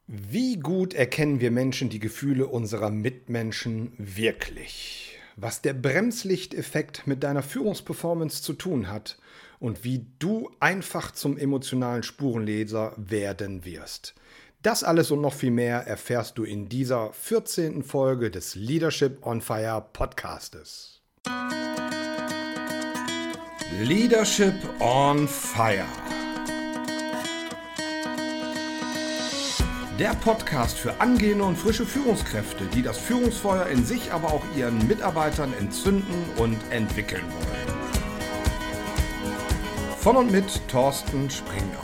Wie gut erkennen wir Menschen die Gefühle unserer Mitmenschen wirklich? Was der Bremslichteffekt mit deiner Führungsperformance zu tun hat und wie du einfach zum emotionalen Spurenleser werden wirst. Das alles und noch viel mehr erfährst du in dieser 14. Folge des Leadership on Fire Podcastes. Leadership on Fire. Der Podcast für angehende und frische Führungskräfte, die das Führungsfeuer in sich, aber auch ihren Mitarbeitern entzünden und entwickeln wollen. Von und mit Thorsten Springau.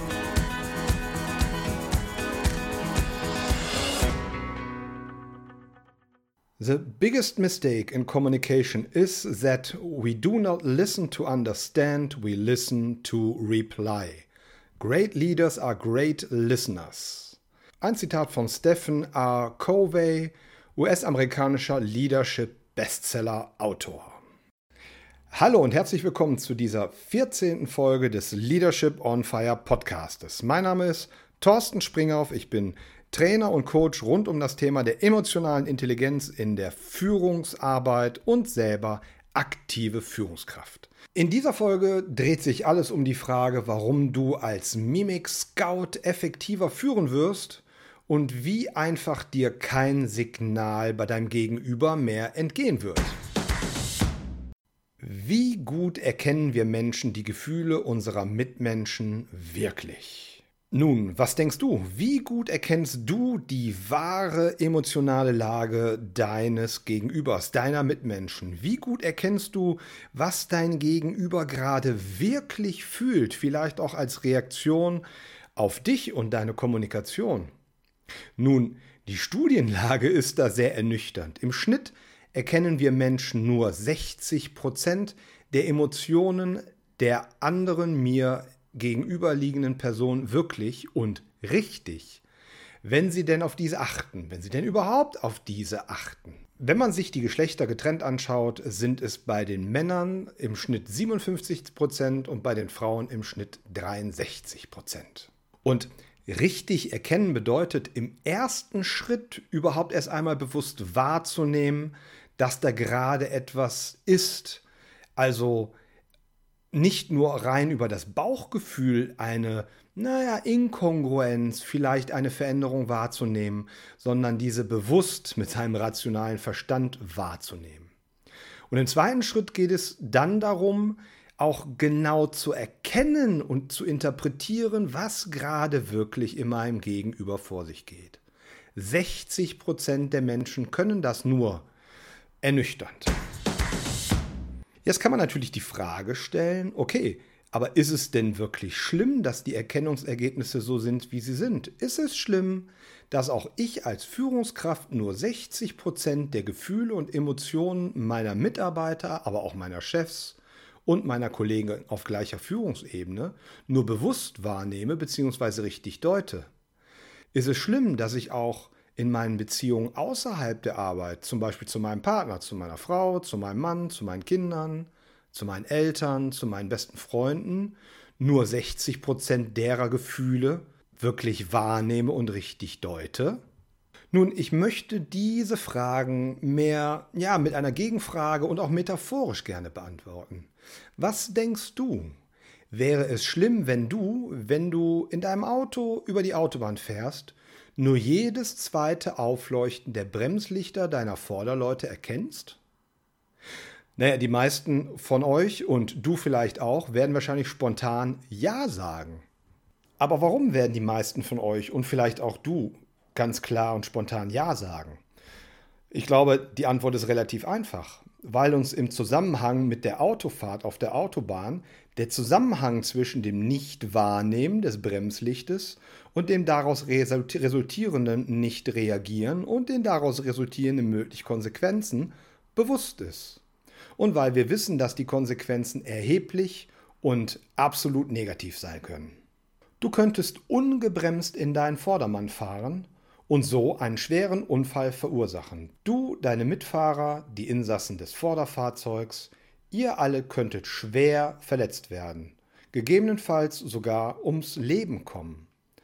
The biggest mistake in communication is that we do not listen to understand, we listen to reply. Great leaders are great listeners. Ein Zitat von Stephen R. Covey, US-amerikanischer Leadership-Bestseller-Autor. Hallo und herzlich willkommen zu dieser 14. Folge des Leadership on Fire Podcastes. Mein Name ist Thorsten Springau, ich bin Trainer und Coach rund um das Thema der emotionalen Intelligenz in der Führungsarbeit und selber aktive Führungskraft. In dieser Folge dreht sich alles um die Frage, warum du als Mimik-Scout effektiver führen wirst und wie einfach dir kein Signal bei deinem Gegenüber mehr entgehen wird. Wie gut erkennen wir Menschen die Gefühle unserer Mitmenschen wirklich? Nun, was denkst du? Wie gut erkennst du die wahre emotionale Lage deines Gegenübers, deiner Mitmenschen? Wie gut erkennst du, was dein Gegenüber gerade wirklich fühlt, vielleicht auch als Reaktion auf dich und deine Kommunikation? Nun, die Studienlage ist da sehr ernüchternd. Im Schnitt erkennen wir Menschen nur 60% der Emotionen der anderen mir gegenüberliegenden Person wirklich und richtig, wenn sie denn auf diese achten, wenn sie denn überhaupt auf diese achten. Wenn man sich die Geschlechter getrennt anschaut, sind es bei den Männern im Schnitt 57% und bei den Frauen im Schnitt 63%. Und richtig erkennen bedeutet im ersten Schritt überhaupt erst einmal bewusst wahrzunehmen, dass da gerade etwas ist, also nicht nur rein über das Bauchgefühl eine, Inkongruenz, vielleicht eine Veränderung wahrzunehmen, sondern diese bewusst mit seinem rationalen Verstand wahrzunehmen. Und im zweiten Schritt geht es dann darum, auch genau zu erkennen und zu interpretieren, was gerade wirklich in meinem Gegenüber vor sich geht. 60% der Menschen können das nur ernüchternd. Jetzt kann man natürlich die Frage stellen, okay, aber ist es denn wirklich schlimm, dass die Erkennungsergebnisse so sind, wie sie sind? Ist es schlimm, dass auch ich als Führungskraft nur 60% der Gefühle und Emotionen meiner Mitarbeiter, aber auch meiner Chefs und meiner Kollegen auf gleicher Führungsebene nur bewusst wahrnehme bzw. richtig deute? Ist es schlimm, dass ich auch in meinen Beziehungen außerhalb der Arbeit, zum Beispiel zu meinem Partner, zu meiner Frau, zu meinem Mann, zu meinen Kindern, zu meinen Eltern, zu meinen besten Freunden, nur 60% derer Gefühle wirklich wahrnehme und richtig deute? Nun, ich möchte diese Fragen mehr, mit einer Gegenfrage und auch metaphorisch gerne beantworten. Was denkst du? Wäre es schlimm, wenn du in deinem Auto über die Autobahn fährst, nur jedes zweite Aufleuchten der Bremslichter deiner Vorderleute erkennst? Die meisten von euch und du vielleicht auch werden wahrscheinlich spontan Ja sagen. Aber warum werden die meisten von euch und vielleicht auch du ganz klar und spontan Ja sagen? Ich glaube, die Antwort ist relativ einfach, weil uns im Zusammenhang mit der Autofahrt auf der Autobahn der Zusammenhang zwischen dem Nicht-Wahrnehmen des Bremslichtes und dem daraus resultierenden Nicht-Reagieren und den daraus resultierenden möglichen Konsequenzen bewusst ist. Und weil wir wissen, dass die Konsequenzen erheblich und absolut negativ sein können. Du könntest ungebremst in deinen Vordermann fahren und so einen schweren Unfall verursachen. Du, deine Mitfahrer, die Insassen des Vorderfahrzeugs, ihr alle könntet schwer verletzt werden, gegebenenfalls sogar ums Leben kommen.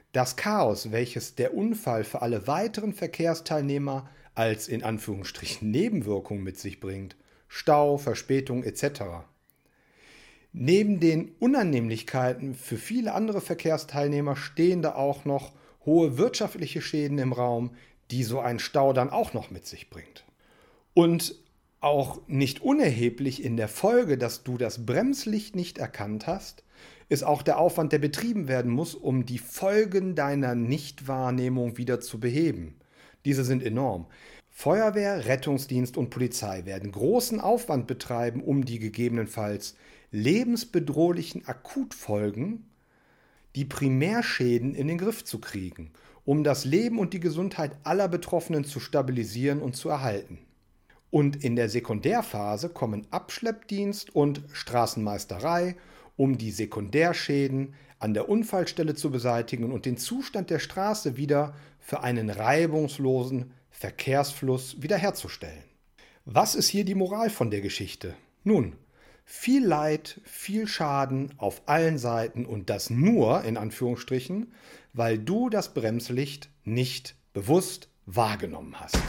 Das Chaos, welches der Unfall für alle weiteren Verkehrsteilnehmer als in Anführungsstrichen Nebenwirkung mit sich bringt, Stau, Verspätung etc. Neben den Unannehmlichkeiten für viele andere Verkehrsteilnehmer stehen da auch noch hohe wirtschaftliche Schäden im Raum, die so ein Stau dann auch noch mit sich bringt. Und auch nicht unerheblich in der Folge, dass du das Bremslicht nicht erkannt hast, ist auch der Aufwand, der betrieben werden muss, um die Folgen deiner Nichtwahrnehmung wieder zu beheben. Diese sind enorm. Feuerwehr, Rettungsdienst und Polizei werden großen Aufwand betreiben, um die gegebenenfalls lebensbedrohlichen Akutfolgen, die Primärschäden in den Griff zu kriegen, um das Leben und die Gesundheit aller Betroffenen zu stabilisieren und zu erhalten. Und in der Sekundärphase kommen Abschleppdienst und Straßenmeisterei, um die Sekundärschäden an der Unfallstelle zu beseitigen und den Zustand der Straße wieder für einen reibungslosen Verkehrsfluss wiederherzustellen. Was ist hier die Moral von der Geschichte? Nun, viel Leid, viel Schaden auf allen Seiten und das nur, in Anführungsstrichen, weil du das Bremslicht nicht bewusst wahrgenommen hast.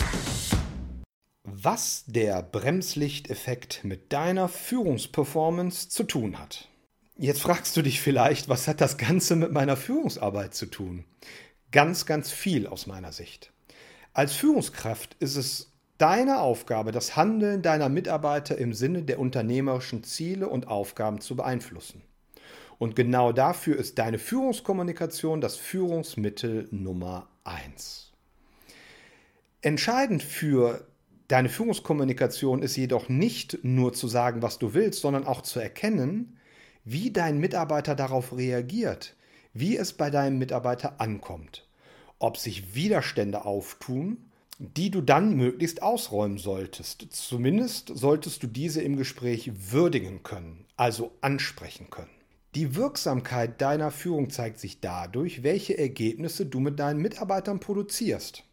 Was der Bremslichteffekt mit deiner Führungsperformance zu tun hat. Jetzt fragst du dich vielleicht, was hat das Ganze mit meiner Führungsarbeit zu tun? Ganz, ganz viel aus meiner Sicht. Als Führungskraft ist es deine Aufgabe, das Handeln deiner Mitarbeiter im Sinne der unternehmerischen Ziele und Aufgaben zu beeinflussen. Und genau dafür ist deine Führungskommunikation das Führungsmittel Nummer 1. Entscheidend für deine Führungskommunikation ist jedoch nicht nur zu sagen, was du willst, sondern auch zu erkennen, wie dein Mitarbeiter darauf reagiert, wie es bei deinem Mitarbeiter ankommt, ob sich Widerstände auftun, die du dann möglichst ausräumen solltest. Zumindest solltest du diese im Gespräch würdigen können, also ansprechen können. Die Wirksamkeit deiner Führung zeigt sich dadurch, welche Ergebnisse du mit deinen Mitarbeitern produzierst.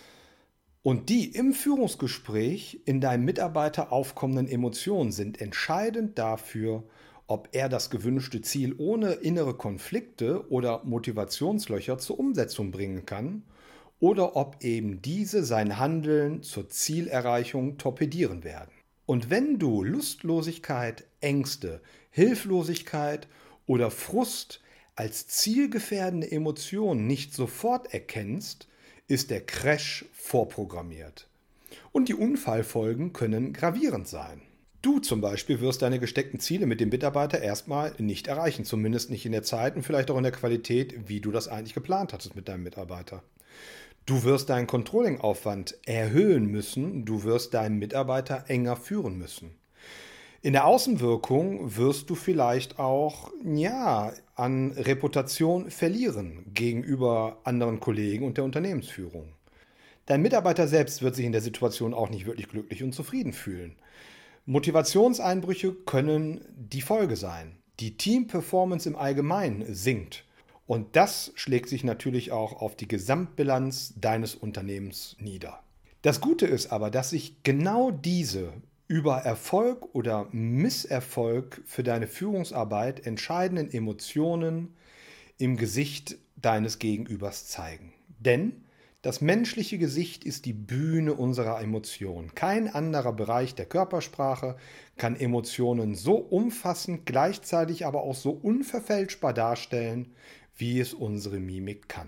Und die im Führungsgespräch in deinem Mitarbeiter aufkommenden Emotionen sind entscheidend dafür, ob er das gewünschte Ziel ohne innere Konflikte oder Motivationslöcher zur Umsetzung bringen kann oder ob eben diese sein Handeln zur Zielerreichung torpedieren werden. Und wenn du Lustlosigkeit, Ängste, Hilflosigkeit oder Frust als zielgefährdende Emotionen nicht sofort erkennst, ist der Crash vorprogrammiert. Und die Unfallfolgen können gravierend sein. Du zum Beispiel wirst deine gesteckten Ziele mit dem Mitarbeiter erstmal nicht erreichen, zumindest nicht in der Zeit und vielleicht auch in der Qualität, wie du das eigentlich geplant hattest mit deinem Mitarbeiter. Du wirst deinen Controlling-Aufwand erhöhen müssen, du wirst deinen Mitarbeiter enger führen müssen. In der Außenwirkung wirst du vielleicht auch an Reputation verlieren gegenüber anderen Kollegen und der Unternehmensführung. Dein Mitarbeiter selbst wird sich in der Situation auch nicht wirklich glücklich und zufrieden fühlen. Motivationseinbrüche können die Folge sein. Die Team-Performance im Allgemeinen sinkt. Und das schlägt sich natürlich auch auf die Gesamtbilanz deines Unternehmens nieder. Das Gute ist aber, dass sich genau diese über Erfolg oder Misserfolg für deine Führungsarbeit entscheidenden Emotionen im Gesicht deines Gegenübers zeigen. Denn das menschliche Gesicht ist die Bühne unserer Emotionen. Kein anderer Bereich der Körpersprache kann Emotionen so umfassend, gleichzeitig aber auch so unverfälschbar darstellen, wie es unsere Mimik kann.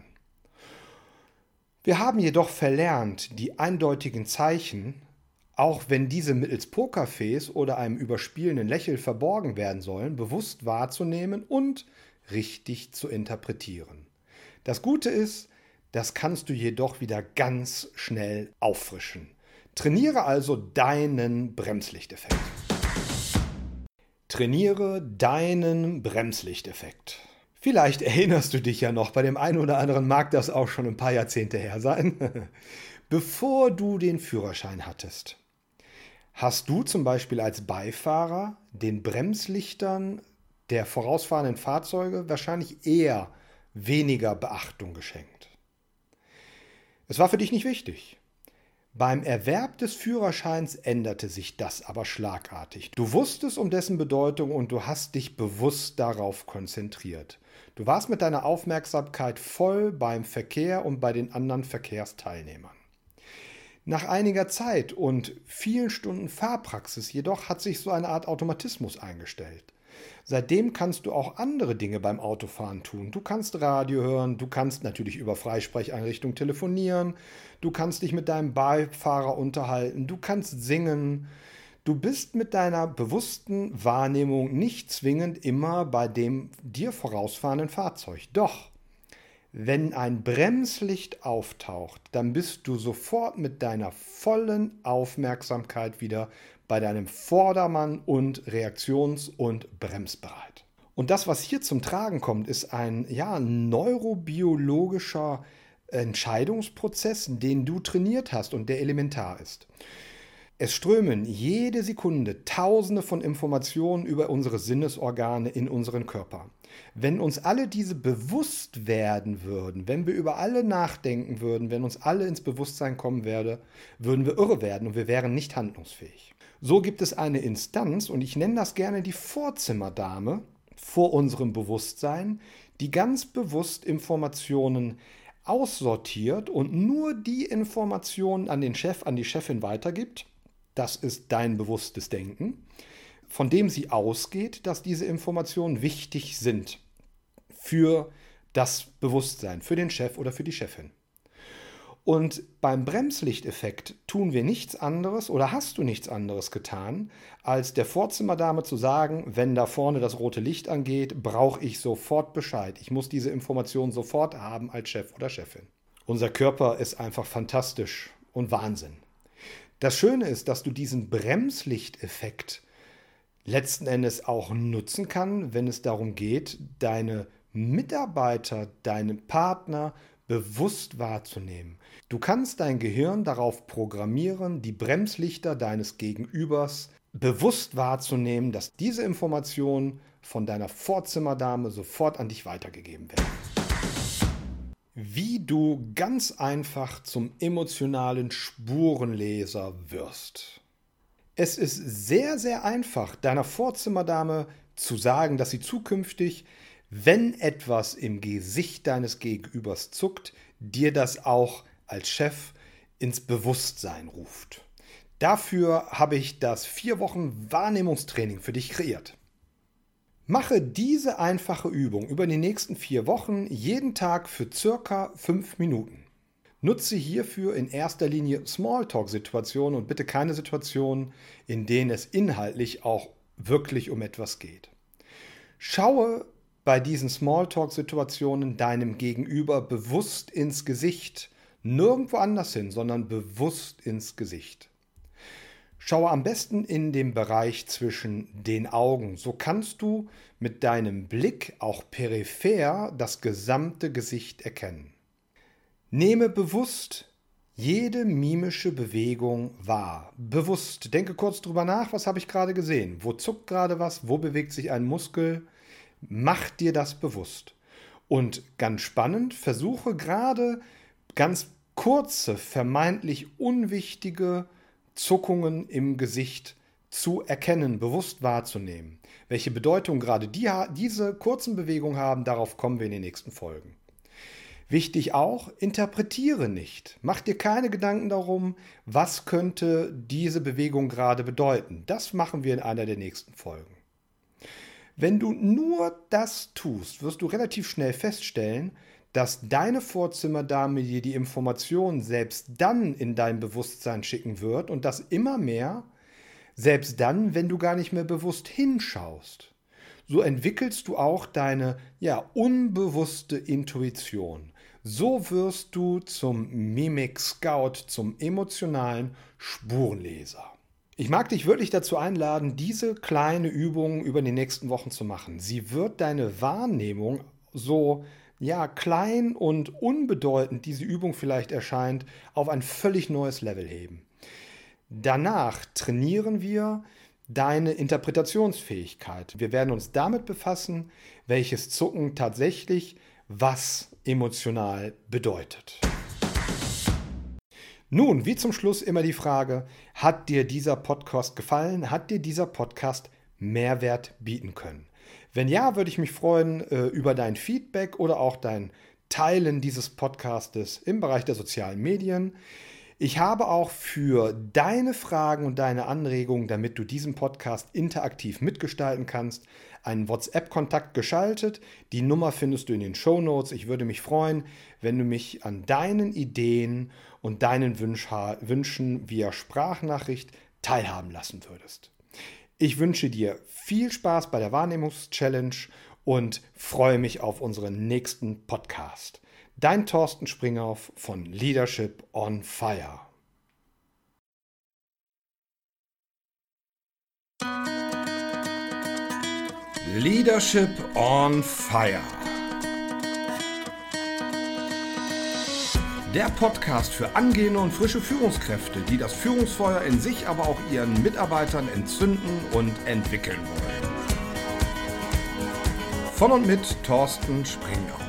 Wir haben jedoch verlernt, die eindeutigen Zeichen, auch wenn diese mittels Pokerface oder einem überspielenden Lächeln verborgen werden sollen, bewusst wahrzunehmen und richtig zu interpretieren. Das Gute ist, das kannst du jedoch wieder ganz schnell auffrischen. Trainiere also deinen Bremslichteffekt. Trainiere deinen Bremslichteffekt. Vielleicht erinnerst du dich ja noch, bei dem einen oder anderen mag das auch schon ein paar Jahrzehnte her sein, bevor du den Führerschein hattest. Hast du zum Beispiel als Beifahrer den Bremslichtern der vorausfahrenden Fahrzeuge wahrscheinlich eher weniger Beachtung geschenkt? Es war für dich nicht wichtig. Beim Erwerb des Führerscheins änderte sich das aber schlagartig. Du wusstest um dessen Bedeutung und du hast dich bewusst darauf konzentriert. Du warst mit deiner Aufmerksamkeit voll beim Verkehr und bei den anderen Verkehrsteilnehmern. Nach einiger Zeit und vielen Stunden Fahrpraxis jedoch hat sich so eine Art Automatismus eingestellt. Seitdem kannst du auch andere Dinge beim Autofahren tun. Du kannst Radio hören, du kannst natürlich über Freisprecheinrichtungen telefonieren, du kannst dich mit deinem Beifahrer unterhalten, du kannst singen. Du bist mit deiner bewussten Wahrnehmung nicht zwingend immer bei dem dir vorausfahrenden Fahrzeug. Doch wenn ein Bremslicht auftaucht, dann bist du sofort mit deiner vollen Aufmerksamkeit wieder bei deinem Vordermann und reaktions- und bremsbereit. Und das, was hier zum Tragen kommt, ist ein neurobiologischer Entscheidungsprozess, den du trainiert hast und der elementar ist. Es strömen jede Sekunde Tausende von Informationen über unsere Sinnesorgane in unseren Körper. Wenn uns alle diese bewusst werden würden, wenn wir über alle nachdenken würden, wenn uns alle ins Bewusstsein kommen würde, würden wir irre werden und wir wären nicht handlungsfähig. So gibt es eine Instanz, und ich nenne das gerne die Vorzimmerdame vor unserem Bewusstsein, die ganz bewusst Informationen aussortiert und nur die Informationen an den Chef, an die Chefin weitergibt. Das ist dein bewusstes Denken, von dem sie ausgeht, dass diese Informationen wichtig sind für das Bewusstsein, für den Chef oder für die Chefin. Und beim Bremslichteffekt tun wir nichts anderes oder hast du nichts anderes getan, als der Vorzimmerdame zu sagen, wenn da vorne das rote Licht angeht, brauche ich sofort Bescheid. Ich muss diese Information sofort haben als Chef oder Chefin. Unser Körper ist einfach fantastisch und Wahnsinn. Das Schöne ist, dass du diesen Bremslichteffekt letzten Endes auch nutzen kannst, wenn es darum geht, deine Mitarbeiter, deinen Partner bewusst wahrzunehmen. Du kannst dein Gehirn darauf programmieren, die Bremslichter deines Gegenübers bewusst wahrzunehmen, dass diese Informationen von deiner Vorzimmerdame sofort an dich weitergegeben werden. Wie du ganz einfach zum emotionalen Spurenleser wirst. Es ist sehr, sehr einfach, deiner Vorzimmerdame zu sagen, dass sie zukünftig, wenn etwas im Gesicht deines Gegenübers zuckt, dir das auch als Chef ins Bewusstsein ruft. Dafür habe ich das 4 Wochen Wahrnehmungstraining für dich kreiert. Mache diese einfache Übung über die nächsten 4 Wochen jeden Tag für circa 5 Minuten. Nutze hierfür in erster Linie Smalltalk-Situationen und bitte keine Situationen, in denen es inhaltlich auch wirklich um etwas geht. Schaue bei diesen Smalltalk-Situationen deinem Gegenüber bewusst ins Gesicht, nirgendwo anders hin, sondern bewusst ins Gesicht. Schaue am besten in den Bereich zwischen den Augen. So kannst du mit deinem Blick auch peripher das gesamte Gesicht erkennen. Nehme bewusst jede mimische Bewegung wahr. Bewusst. Denke kurz drüber nach, was habe ich gerade gesehen? Wo zuckt gerade was? Wo bewegt sich ein Muskel? Mach dir das bewusst. Und ganz spannend, versuche gerade ganz kurze, vermeintlich unwichtige Zuckungen im Gesicht zu erkennen, bewusst wahrzunehmen. Welche Bedeutung gerade diese kurzen Bewegungen haben, darauf kommen wir in den nächsten Folgen. Wichtig auch, interpretiere nicht. Mach dir keine Gedanken darum, was könnte diese Bewegung gerade bedeuten. Das machen wir in einer der nächsten Folgen. Wenn du nur das tust, wirst du relativ schnell feststellen, dass deine Vorzimmerdame dir die Information selbst dann in dein Bewusstsein schicken wird und das immer mehr, selbst dann, wenn du gar nicht mehr bewusst hinschaust. So entwickelst du auch deine unbewusste Intuition. So wirst du zum Mimic Scout, zum emotionalen Spurenleser. Ich mag dich wirklich dazu einladen, diese kleine Übung über die nächsten Wochen zu machen. Sie wird deine Wahrnehmung so klein und unbedeutend diese Übung vielleicht erscheint, auf ein völlig neues Level heben. Danach trainieren wir deine Interpretationsfähigkeit. Wir werden uns damit befassen, welches Zucken tatsächlich was emotional bedeutet. Nun, wie zum Schluss immer die Frage, hat dir dieser Podcast gefallen? Hat dir dieser Podcast Mehrwert bieten können? Wenn ja, würde ich mich freuen über dein Feedback oder auch dein Teilen dieses Podcastes im Bereich der sozialen Medien. Ich habe auch für deine Fragen und deine Anregungen, damit du diesen Podcast interaktiv mitgestalten kannst, einen WhatsApp-Kontakt geschaltet. Die Nummer findest du in den Shownotes. Ich würde mich freuen, wenn du mich an deinen Ideen und deinen Wünschen via Sprachnachricht teilhaben lassen würdest. Ich wünsche dir viel Spaß bei der Wahrnehmungs-Challenge und freue mich auf unseren nächsten Podcast. Dein Thorsten Springhoff von Leadership on Fire. Leadership on Fire. Der Podcast für angehende und frische Führungskräfte, die das Führungsfeuer in sich, aber auch ihren Mitarbeitern entzünden und entwickeln wollen. Von und mit Thorsten Springhoff.